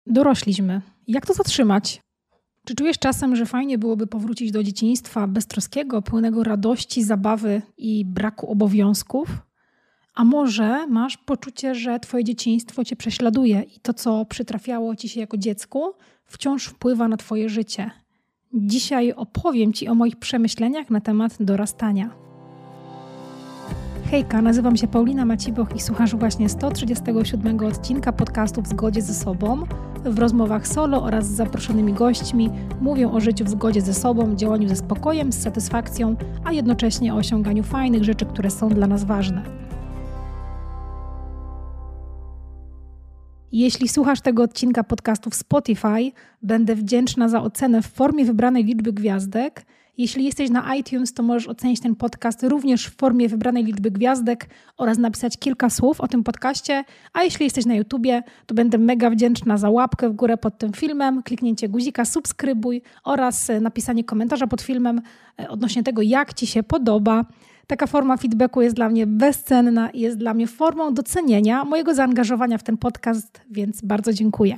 Dorośliśmy. Jak to zatrzymać? Czy czujesz czasem, że fajnie byłoby powrócić do dzieciństwa beztroskiego, pełnego radości, zabawy i braku obowiązków? A może masz poczucie, że twoje dzieciństwo cię prześladuje i to, co przytrafiało ci się jako dziecku, wciąż wpływa na twoje życie? Dzisiaj opowiem ci o moich przemyśleniach na temat dorastania. Hejka, nazywam się Paulina Maciboch i słuchasz właśnie 137 odcinka podcastu W zgodzie ze sobą. W rozmowach solo oraz z zaproszonymi gośćmi mówię o życiu w zgodzie ze sobą, działaniu ze spokojem, z satysfakcją, a jednocześnie o osiąganiu fajnych rzeczy, które są dla nas ważne. Jeśli słuchasz tego odcinka podcastu w Spotify, będę wdzięczna za ocenę w formie wybranej liczby gwiazdek. Jeśli jesteś na iTunes, to możesz ocenić ten podcast również w formie wybranej liczby gwiazdek oraz napisać kilka słów o tym podcaście. A jeśli jesteś na YouTubie, to będę mega wdzięczna za łapkę w górę pod tym filmem, kliknięcie guzika subskrybuj oraz napisanie komentarza pod filmem odnośnie tego, jak ci się podoba. Taka forma feedbacku jest dla mnie bezcenna i jest dla mnie formą docenienia mojego zaangażowania w ten podcast, więc bardzo dziękuję.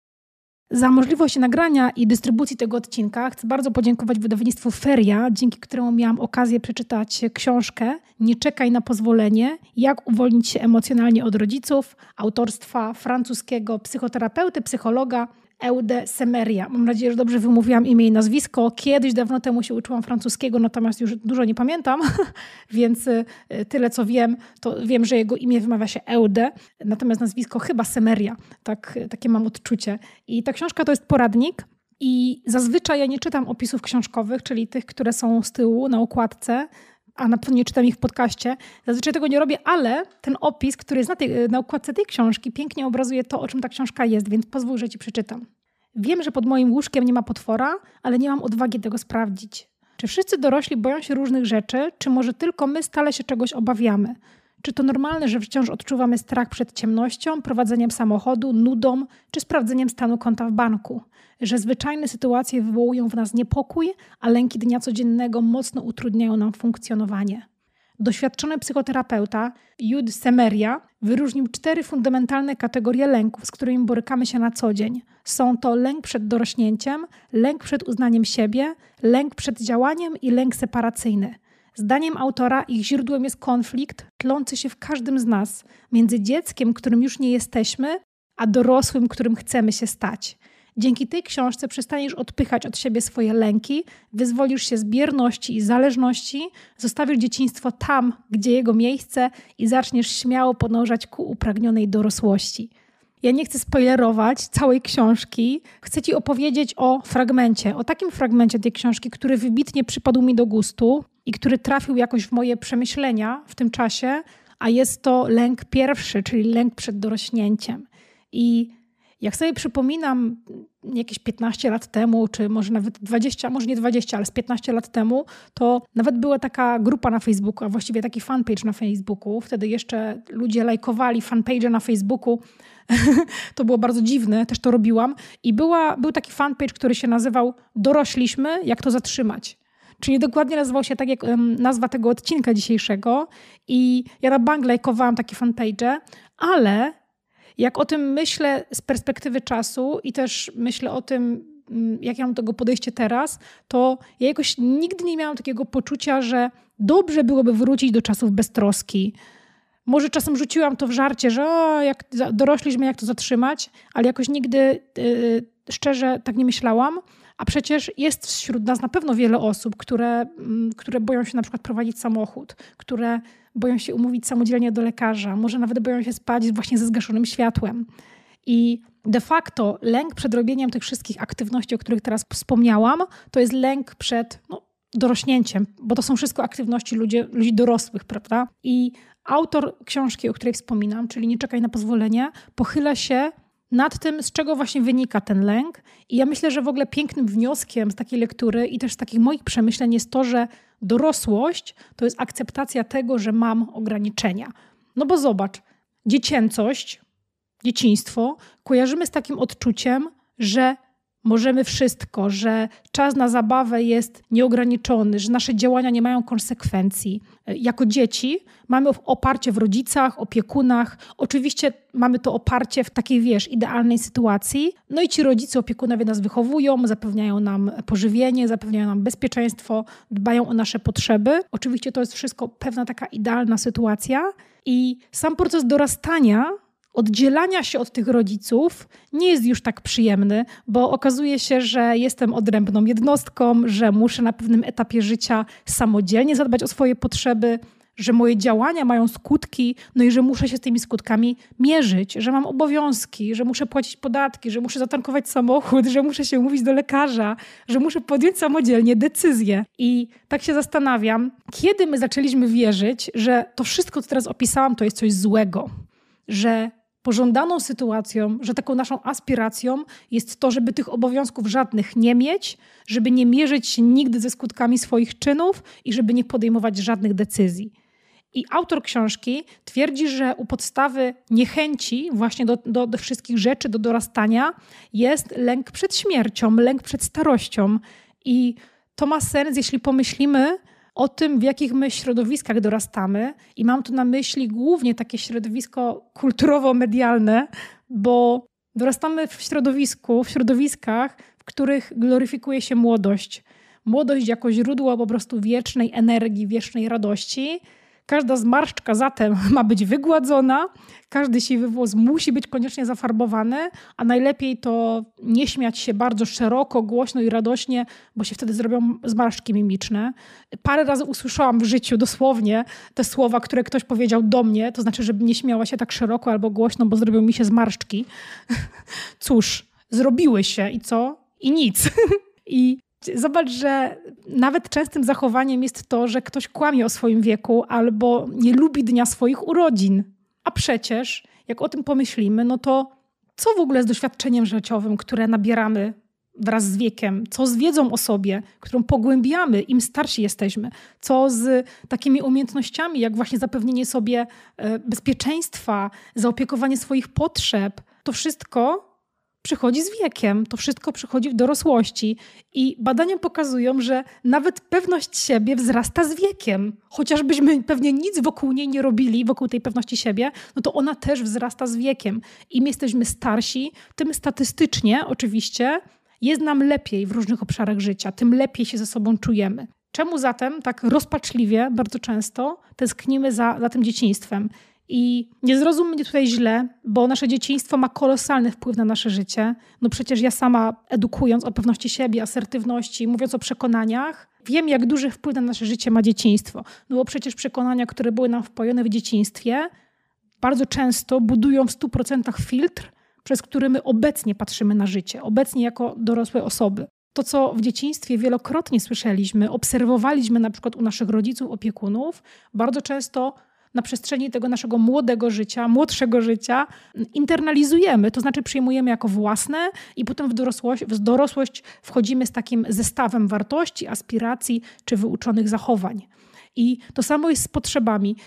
Za możliwość nagrania i dystrybucji tego odcinka chcę bardzo podziękować wydawnictwu Feria, dzięki któremu miałam okazję przeczytać książkę Nie czekaj na pozwolenie, jak uwolnić się emocjonalnie od rodziców, autorstwa francuskiego psychoterapeuty, psychologa Eude Semeria. Mam nadzieję, że dobrze wymówiłam imię i nazwisko. Kiedyś, dawno temu się uczyłam francuskiego, natomiast już dużo nie pamiętam, więc tyle co wiem, to wiem, że jego imię wymawia się Eude, natomiast nazwisko chyba Semeria. Takie mam odczucie. I ta książka to jest poradnik i zazwyczaj ja nie czytam opisów książkowych, czyli tych, które są z tyłu na okładce, a na pewno nie czytam ich w podcaście. Zazwyczaj tego nie robię, ale ten opis, który jest na okładce tej książki, pięknie obrazuje to, o czym ta książka jest, więc pozwól, że ci przeczytam. Wiem, że pod moim łóżkiem nie ma potwora, ale nie mam odwagi tego sprawdzić. Czy wszyscy dorośli boją się różnych rzeczy, czy może tylko my stale się czegoś obawiamy? Czy to normalne, że wciąż odczuwamy strach przed ciemnością, prowadzeniem samochodu, nudą czy sprawdzeniem stanu konta w banku? Że zwyczajne sytuacje wywołują w nas niepokój, a lęki dnia codziennego mocno utrudniają nam funkcjonowanie? Doświadczony psychoterapeuta Eude Semeria wyróżnił 4 fundamentalne kategorie lęków, z którymi borykamy się na co dzień. Są to lęk przed dorośnięciem, lęk przed uznaniem siebie, lęk przed działaniem i lęk separacyjny. Zdaniem autora ich źródłem jest konflikt tlący się w każdym z nas między dzieckiem, którym już nie jesteśmy, a dorosłym, którym chcemy się stać. Dzięki tej książce przestaniesz odpychać od siebie swoje lęki, wyzwolisz się z bierności i zależności, zostawisz dzieciństwo tam, gdzie jego miejsce i zaczniesz śmiało podążać ku upragnionej dorosłości. Ja nie chcę spoilerować całej książki. Chcę ci opowiedzieć o takim fragmencie tej książki, który wybitnie przypadł mi do gustu i który trafił jakoś w moje przemyślenia w tym czasie, a jest to lęk pierwszy, czyli lęk przed dorośnięciem. I jak sobie przypominam jakieś 15 lat temu, czy może nawet 20, może nie 20, ale z 15 lat temu, to nawet była taka grupa na Facebooku, a właściwie taki fanpage na Facebooku. Wtedy jeszcze ludzie lajkowali fanpage na Facebooku. To było bardzo dziwne, też to robiłam. I był taki fanpage, który się nazywał Dorośliśmy, jak to zatrzymać. Czyli dokładnie nazywał się tak jak nazwa tego odcinka dzisiejszego. I ja na bank lajkowałam takie fanpage, ale jak o tym myślę z perspektywy czasu i też myślę o tym, jak ja mam do tego podejście teraz, to ja jakoś nigdy nie miałam takiego poczucia, że dobrze byłoby wrócić do czasów beztroski. Może czasem rzuciłam to w żarcie, że jak dorośliśmy, jak to zatrzymać, ale jakoś nigdy szczerze tak nie myślałam. A przecież jest wśród nas na pewno wiele osób, które boją się na przykład prowadzić samochód, które boją się umówić samodzielnie do lekarza, może nawet boją się spać właśnie ze zgaszonym światłem. I de facto lęk przed robieniem tych wszystkich aktywności, o których teraz wspomniałam, to jest lęk przed dorośnięciem, bo to są wszystko aktywności ludzi dorosłych, prawda? I autor książki, o której wspominam, czyli Nie czekaj na pozwolenie, pochyla się nad tym, z czego właśnie wynika ten lęk. I ja myślę, że w ogóle pięknym wnioskiem z takiej lektury i też z takich moich przemyśleń jest to, że dorosłość to jest akceptacja tego, że mam ograniczenia. No bo zobacz, dzieciństwo kojarzymy z takim odczuciem, że możemy wszystko, że czas na zabawę jest nieograniczony, że nasze działania nie mają konsekwencji. Jako dzieci mamy oparcie w rodzicach, opiekunach. Oczywiście mamy to oparcie w takiej, idealnej sytuacji. No i ci rodzice, opiekunowie nas wychowują, zapewniają nam pożywienie, zapewniają nam bezpieczeństwo, dbają o nasze potrzeby. Oczywiście to jest wszystko pewna taka idealna sytuacja. I sam proces dorastania, oddzielania się od tych rodziców nie jest już tak przyjemny, bo okazuje się, że jestem odrębną jednostką, że muszę na pewnym etapie życia samodzielnie zadbać o swoje potrzeby, że moje działania mają skutki, no i że muszę się z tymi skutkami mierzyć, że mam obowiązki, że muszę płacić podatki, że muszę zatankować samochód, że muszę się umówić do lekarza, że muszę podjąć samodzielnie decyzję. I tak się zastanawiam, kiedy my zaczęliśmy wierzyć, że to wszystko, co teraz opisałam, to jest coś złego, że pożądaną sytuacją, że taką naszą aspiracją jest to, żeby tych obowiązków żadnych nie mieć, żeby nie mierzyć się nigdy ze skutkami swoich czynów i żeby nie podejmować żadnych decyzji. I autor książki twierdzi, że u podstawy niechęci właśnie do wszystkich rzeczy, do dorastania jest lęk przed śmiercią, lęk przed starością. I to ma sens, jeśli pomyślimy o tym, w jakich my środowiskach dorastamy. I mam tu na myśli głównie takie środowisko kulturowo-medialne, bo dorastamy w środowiskach, w których gloryfikuje się młodość. Młodość jako źródło po prostu wiecznej energii, wiecznej radości. Każda zmarszczka zatem ma być wygładzona, każdy siwy włos musi być koniecznie zafarbowany, a najlepiej to nie śmiać się bardzo szeroko, głośno i radośnie, bo się wtedy zrobią zmarszczki mimiczne. Parę razy usłyszałam w życiu dosłownie te słowa, które ktoś powiedział do mnie, to znaczy, żebym nie śmiała się tak szeroko albo głośno, bo zrobią mi się zmarszczki. Cóż, zrobiły się i co? I nic. I zobacz, że nawet częstym zachowaniem jest to, że ktoś kłamie o swoim wieku albo nie lubi dnia swoich urodzin. A przecież, jak o tym pomyślimy, no to co w ogóle z doświadczeniem życiowym, które nabieramy wraz z wiekiem? Co z wiedzą o sobie, którą pogłębiamy, im starsi jesteśmy? Co z takimi umiejętnościami, jak właśnie zapewnienie sobie bezpieczeństwa, zaopiekowanie swoich potrzeb? To wszystko przychodzi z wiekiem, to wszystko przychodzi w dorosłości i badania pokazują, że nawet pewność siebie wzrasta z wiekiem. Chociażbyśmy pewnie nic wokół niej nie robili, wokół tej pewności siebie, no to ona też wzrasta z wiekiem. Im jesteśmy starsi, tym statystycznie oczywiście jest nam lepiej w różnych obszarach życia, tym lepiej się ze sobą czujemy. Czemu zatem tak rozpaczliwie bardzo często tęsknimy za tym dzieciństwem? I nie zrozum mnie tutaj źle, bo nasze dzieciństwo ma kolosalny wpływ na nasze życie. No przecież ja sama edukując o pewności siebie, asertywności, mówiąc o przekonaniach, wiem, jak duży wpływ na nasze życie ma dzieciństwo. No bo przecież przekonania, które były nam wpojone w dzieciństwie, bardzo często budują w 100% filtr, przez który my obecnie patrzymy na życie, obecnie jako dorosłe osoby. To, co w dzieciństwie wielokrotnie słyszeliśmy, obserwowaliśmy na przykład u naszych rodziców, opiekunów, bardzo często na przestrzeni tego naszego młodszego życia internalizujemy, to znaczy przyjmujemy jako własne i potem w dorosłość wchodzimy z takim zestawem wartości, aspiracji czy wyuczonych zachowań. I to samo jest z potrzebami.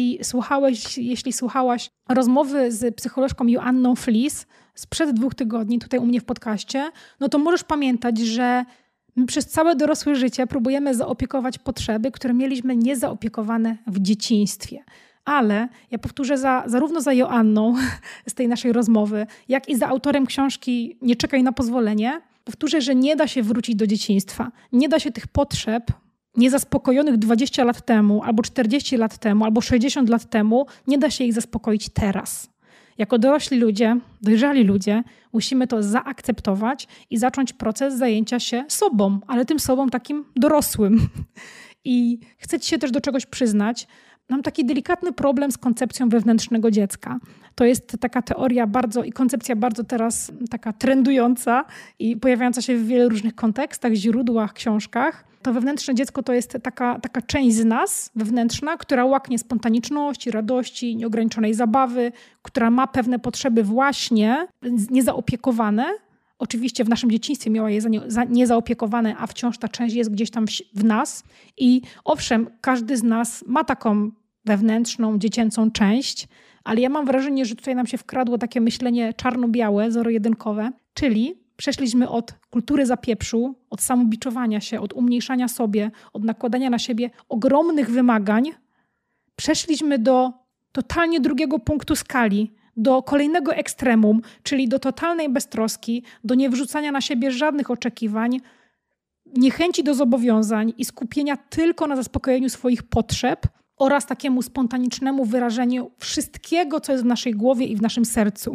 Jeśli słuchałaś rozmowy z psycholożką Joanną Flis sprzed 2 tygodni tutaj u mnie w podcaście, no to możesz pamiętać, że my przez całe dorosłe życie próbujemy zaopiekować potrzeby, które mieliśmy niezaopiekowane w dzieciństwie. Ale ja powtórzę zarówno za Joanną z tej naszej rozmowy, jak i za autorem książki Nie czekaj na pozwolenie, powtórzę, że nie da się wrócić do dzieciństwa. Nie da się tych potrzeb niezaspokojonych 20 lat temu, albo 40 lat temu, albo 60 lat temu, nie da się ich zaspokoić teraz. Jako dorośli ludzie, dojrzali ludzie, musimy to zaakceptować i zacząć proces zajęcia się sobą, ale tym sobą takim dorosłym. I chcę ci się też do czegoś przyznać. Mam taki delikatny problem z koncepcją wewnętrznego dziecka. To jest taka teoria i koncepcja bardzo teraz taka trendująca i pojawiająca się w wielu różnych kontekstach, źródłach, książkach. To wewnętrzne dziecko to jest taka część z nas wewnętrzna, która łaknie spontaniczności, radości, nieograniczonej zabawy, która ma pewne potrzeby właśnie niezaopiekowane. Oczywiście w naszym dzieciństwie miała je niezaopiekowane, a wciąż ta część jest gdzieś tam w nas. I owszem, każdy z nas ma taką wewnętrzną, dziecięcą część, ale ja mam wrażenie, że tutaj nam się wkradło takie myślenie czarno-białe, zero-jedynkowe, czyli przeszliśmy od kultury zapieprzu, od samobiczowania się, od umniejszania sobie, od nakładania na siebie ogromnych wymagań. Przeszliśmy do totalnie drugiego punktu skali, do kolejnego ekstremum, czyli do totalnej beztroski, do niewrzucania na siebie żadnych oczekiwań, niechęci do zobowiązań i skupienia tylko na zaspokojeniu swoich potrzeb oraz takiemu spontanicznemu wyrażeniu wszystkiego, co jest w naszej głowie i w naszym sercu.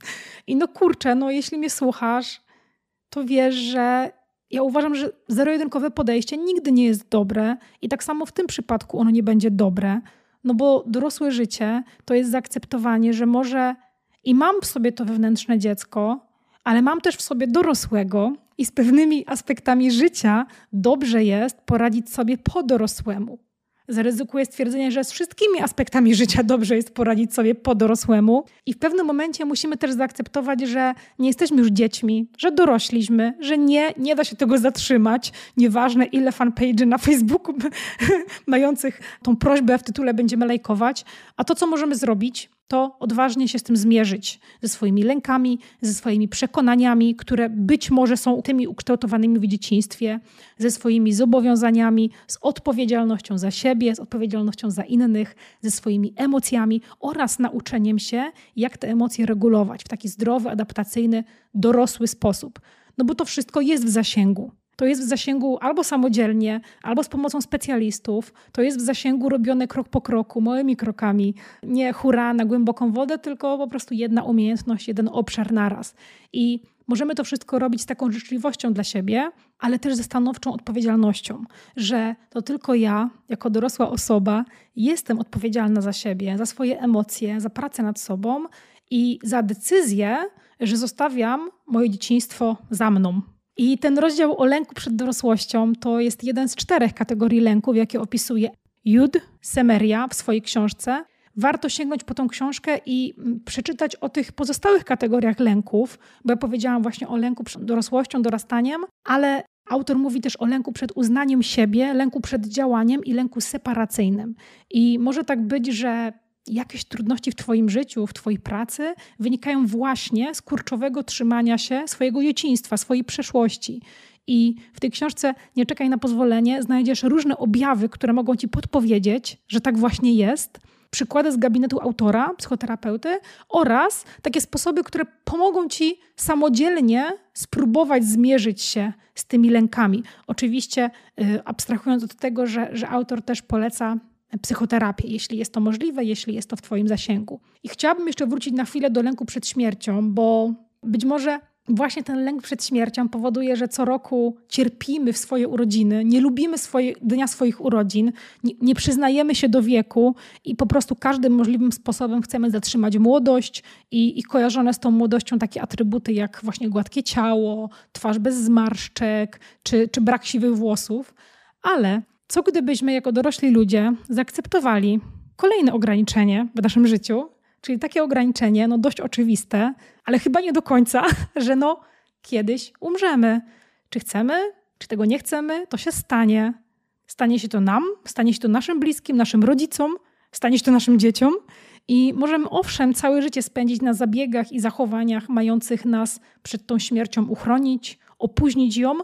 I no kurczę, jeśli mnie słuchasz, to wiesz, że ja uważam, że zero-jedynkowe podejście nigdy nie jest dobre i tak samo w tym przypadku ono nie będzie dobre, bo dorosłe życie to jest zaakceptowanie, że może i mam w sobie to wewnętrzne dziecko, ale mam też w sobie dorosłego i z pewnymi aspektami życia dobrze jest poradzić sobie po dorosłemu. Zaryzykuję stwierdzenie, że z wszystkimi aspektami życia dobrze jest poradzić sobie po dorosłemu i w pewnym momencie musimy też zaakceptować, że nie jesteśmy już dziećmi, że dorośliśmy, że nie da się tego zatrzymać. Nieważne ile fanpage'y na Facebooku mających tą prośbę w tytule będziemy lajkować, a to co możemy zrobić, to odważnie się z tym zmierzyć, ze swoimi lękami, ze swoimi przekonaniami, które być może są tymi ukształtowanymi w dzieciństwie, ze swoimi zobowiązaniami, z odpowiedzialnością za siebie, z odpowiedzialnością za innych, ze swoimi emocjami oraz nauczeniem się, jak te emocje regulować w taki zdrowy, adaptacyjny, dorosły sposób. Bo to wszystko jest w zasięgu. To jest w zasięgu albo samodzielnie, albo z pomocą specjalistów. To jest w zasięgu robione krok po kroku, małymi krokami. Nie hura na głęboką wodę, tylko po prostu jedna umiejętność, jeden obszar naraz. I możemy to wszystko robić z taką życzliwością dla siebie, ale też ze stanowczą odpowiedzialnością, że to tylko ja, jako dorosła osoba, jestem odpowiedzialna za siebie, za swoje emocje, za pracę nad sobą i za decyzję, że zostawiam moje dzieciństwo za mną. I ten rozdział o lęku przed dorosłością to jest jeden z 4 kategorii lęków, jakie opisuje Jude Semeria w swojej książce. Warto sięgnąć po tą książkę i przeczytać o tych pozostałych kategoriach lęków, bo ja powiedziałam właśnie o lęku przed dorosłością, dorastaniem, ale autor mówi też o lęku przed uznaniem siebie, lęku przed działaniem i lęku separacyjnym. I może tak być, że jakieś trudności w twoim życiu, w twojej pracy wynikają właśnie z kurczowego trzymania się swojego dzieciństwa, swojej przeszłości. I w tej książce Nie czekaj na pozwolenie znajdziesz różne objawy, które mogą ci podpowiedzieć, że tak właśnie jest. Przykłady z gabinetu autora, psychoterapeuty oraz takie sposoby, które pomogą ci samodzielnie spróbować zmierzyć się z tymi lękami. Oczywiście abstrahując od tego, że autor też poleca psychoterapię, jeśli jest to możliwe, jeśli jest to w twoim zasięgu. I chciałabym jeszcze wrócić na chwilę do lęku przed śmiercią, bo być może właśnie ten lęk przed śmiercią powoduje, że co roku cierpimy w swoje urodziny, nie lubimy dnia swoich urodzin, nie przyznajemy się do wieku i po prostu każdym możliwym sposobem chcemy zatrzymać młodość i kojarzone z tą młodością takie atrybuty jak właśnie gładkie ciało, twarz bez zmarszczek czy brak siwych włosów. Ale co gdybyśmy jako dorośli ludzie zaakceptowali kolejne ograniczenie w naszym życiu, czyli takie ograniczenie, dość oczywiste, ale chyba nie do końca, że kiedyś umrzemy. Czy chcemy, czy tego nie chcemy, to się stanie. Stanie się to nam, stanie się to naszym bliskim, naszym rodzicom, stanie się to naszym dzieciom i możemy owszem całe życie spędzić na zabiegach i zachowaniach mających nas przed tą śmiercią uchronić, opóźnić ją,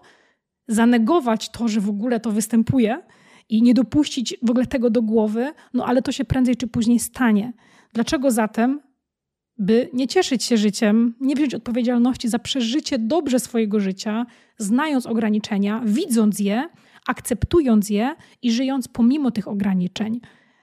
zanegować to, że w ogóle to występuje i nie dopuścić w ogóle tego do głowy, ale to się prędzej czy później stanie. Dlaczego zatem, by nie cieszyć się życiem, nie wziąć odpowiedzialności za przeżycie dobrze swojego życia, znając ograniczenia, widząc je, akceptując je i żyjąc pomimo tych ograniczeń?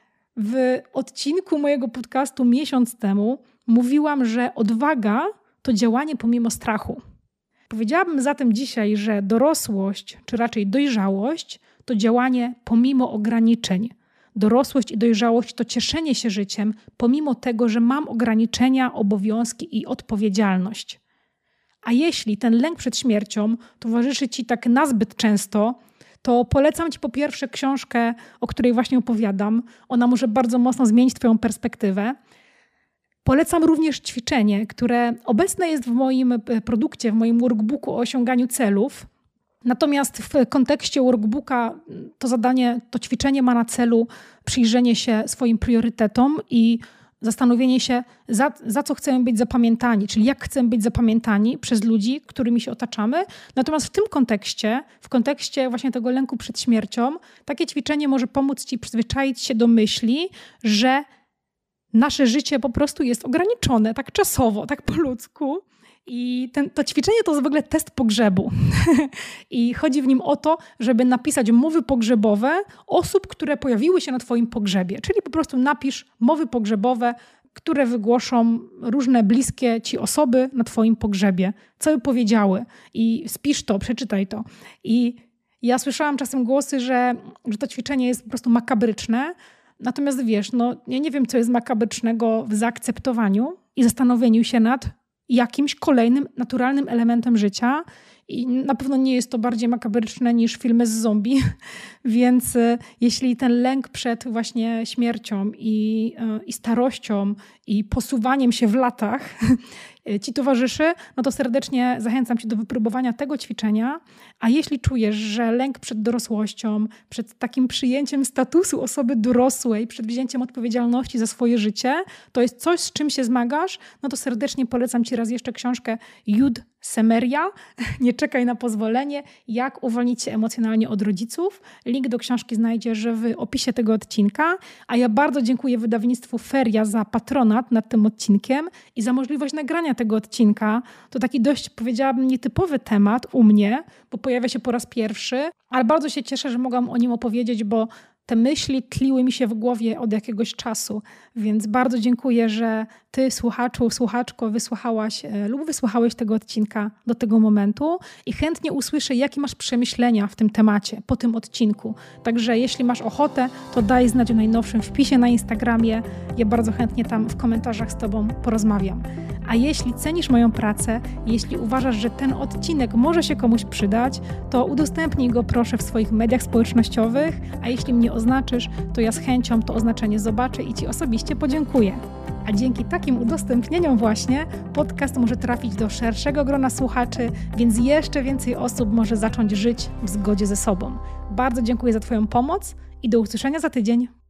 W odcinku mojego podcastu miesiąc temu mówiłam, że odwaga to działanie pomimo strachu. Powiedziałabym zatem dzisiaj, że dorosłość, czy raczej dojrzałość, to działanie pomimo ograniczeń. Dorosłość i dojrzałość to cieszenie się życiem, pomimo tego, że mam ograniczenia, obowiązki i odpowiedzialność. A jeśli ten lęk przed śmiercią towarzyszy ci tak nazbyt często, to polecam ci po pierwsze książkę, o której właśnie opowiadam. Ona może bardzo mocno zmienić twoją perspektywę. Polecam również ćwiczenie, które obecne jest w moim produkcie, w moim workbooku o osiąganiu celów. Natomiast w kontekście workbooka to ćwiczenie ma na celu przyjrzenie się swoim priorytetom i zastanowienie się, za co chcemy być zapamiętani, czyli jak chcemy być zapamiętani przez ludzi, którymi się otaczamy. Natomiast w tym kontekście, w kontekście właśnie tego lęku przed śmiercią, takie ćwiczenie może pomóc ci przyzwyczaić się do myśli, że nasze życie po prostu jest ograniczone, tak czasowo, tak po ludzku. I to ćwiczenie to jest w ogóle test pogrzebu. I chodzi w nim o to, żeby napisać mowy pogrzebowe osób, które pojawiły się na twoim pogrzebie. Czyli po prostu napisz mowy pogrzebowe, które wygłoszą różne bliskie ci osoby na twoim pogrzebie. Co by powiedziały. I spisz to, przeczytaj to. I ja słyszałam czasem głosy, że to ćwiczenie jest po prostu makabryczne. Natomiast wiesz, ja nie wiem, co jest makabrycznego w zaakceptowaniu i zastanowieniu się nad jakimś kolejnym naturalnym elementem życia. I na pewno nie jest to bardziej makabryczne niż filmy z zombie. Więc jeśli ten lęk przed właśnie śmiercią i starością i posuwaniem się w latach ci towarzyszy, to serdecznie zachęcam cię do wypróbowania tego ćwiczenia. A jeśli czujesz, że lęk przed dorosłością, przed takim przyjęciem statusu osoby dorosłej, przed wzięciem odpowiedzialności za swoje życie, to jest coś, z czym się zmagasz, to serdecznie polecam ci raz jeszcze książkę Jud Semeria. Nie czekaj na pozwolenie. Jak uwolnić się emocjonalnie od rodziców. Link do książki znajdziesz w opisie tego odcinka. A ja bardzo dziękuję wydawnictwu Feria za patronat nad tym odcinkiem i za możliwość nagrania tego odcinka. To taki dość, powiedziałabym, nietypowy temat u mnie, bo pojawia się po raz pierwszy, ale bardzo się cieszę, że mogłam o nim opowiedzieć, bo te myśli tliły mi się w głowie od jakiegoś czasu, więc bardzo dziękuję, że ty, słuchaczu, słuchaczko, wysłuchałaś lub wysłuchałeś tego odcinka do tego momentu i chętnie usłyszę, jakie masz przemyślenia w tym temacie, po tym odcinku. Także jeśli masz ochotę, to daj znać o najnowszym wpisie na Instagramie. Ja bardzo chętnie tam w komentarzach z tobą porozmawiam. A jeśli cenisz moją pracę, jeśli uważasz, że ten odcinek może się komuś przydać, to udostępnij go proszę w swoich mediach społecznościowych, a jeśli mnie oznaczysz, to ja z chęcią to oznaczenie zobaczę i ci osobiście podziękuję. A dzięki takim udostępnieniom właśnie podcast może trafić do szerszego grona słuchaczy, więc jeszcze więcej osób może zacząć żyć w zgodzie ze sobą. Bardzo dziękuję za twoją pomoc i do usłyszenia za tydzień.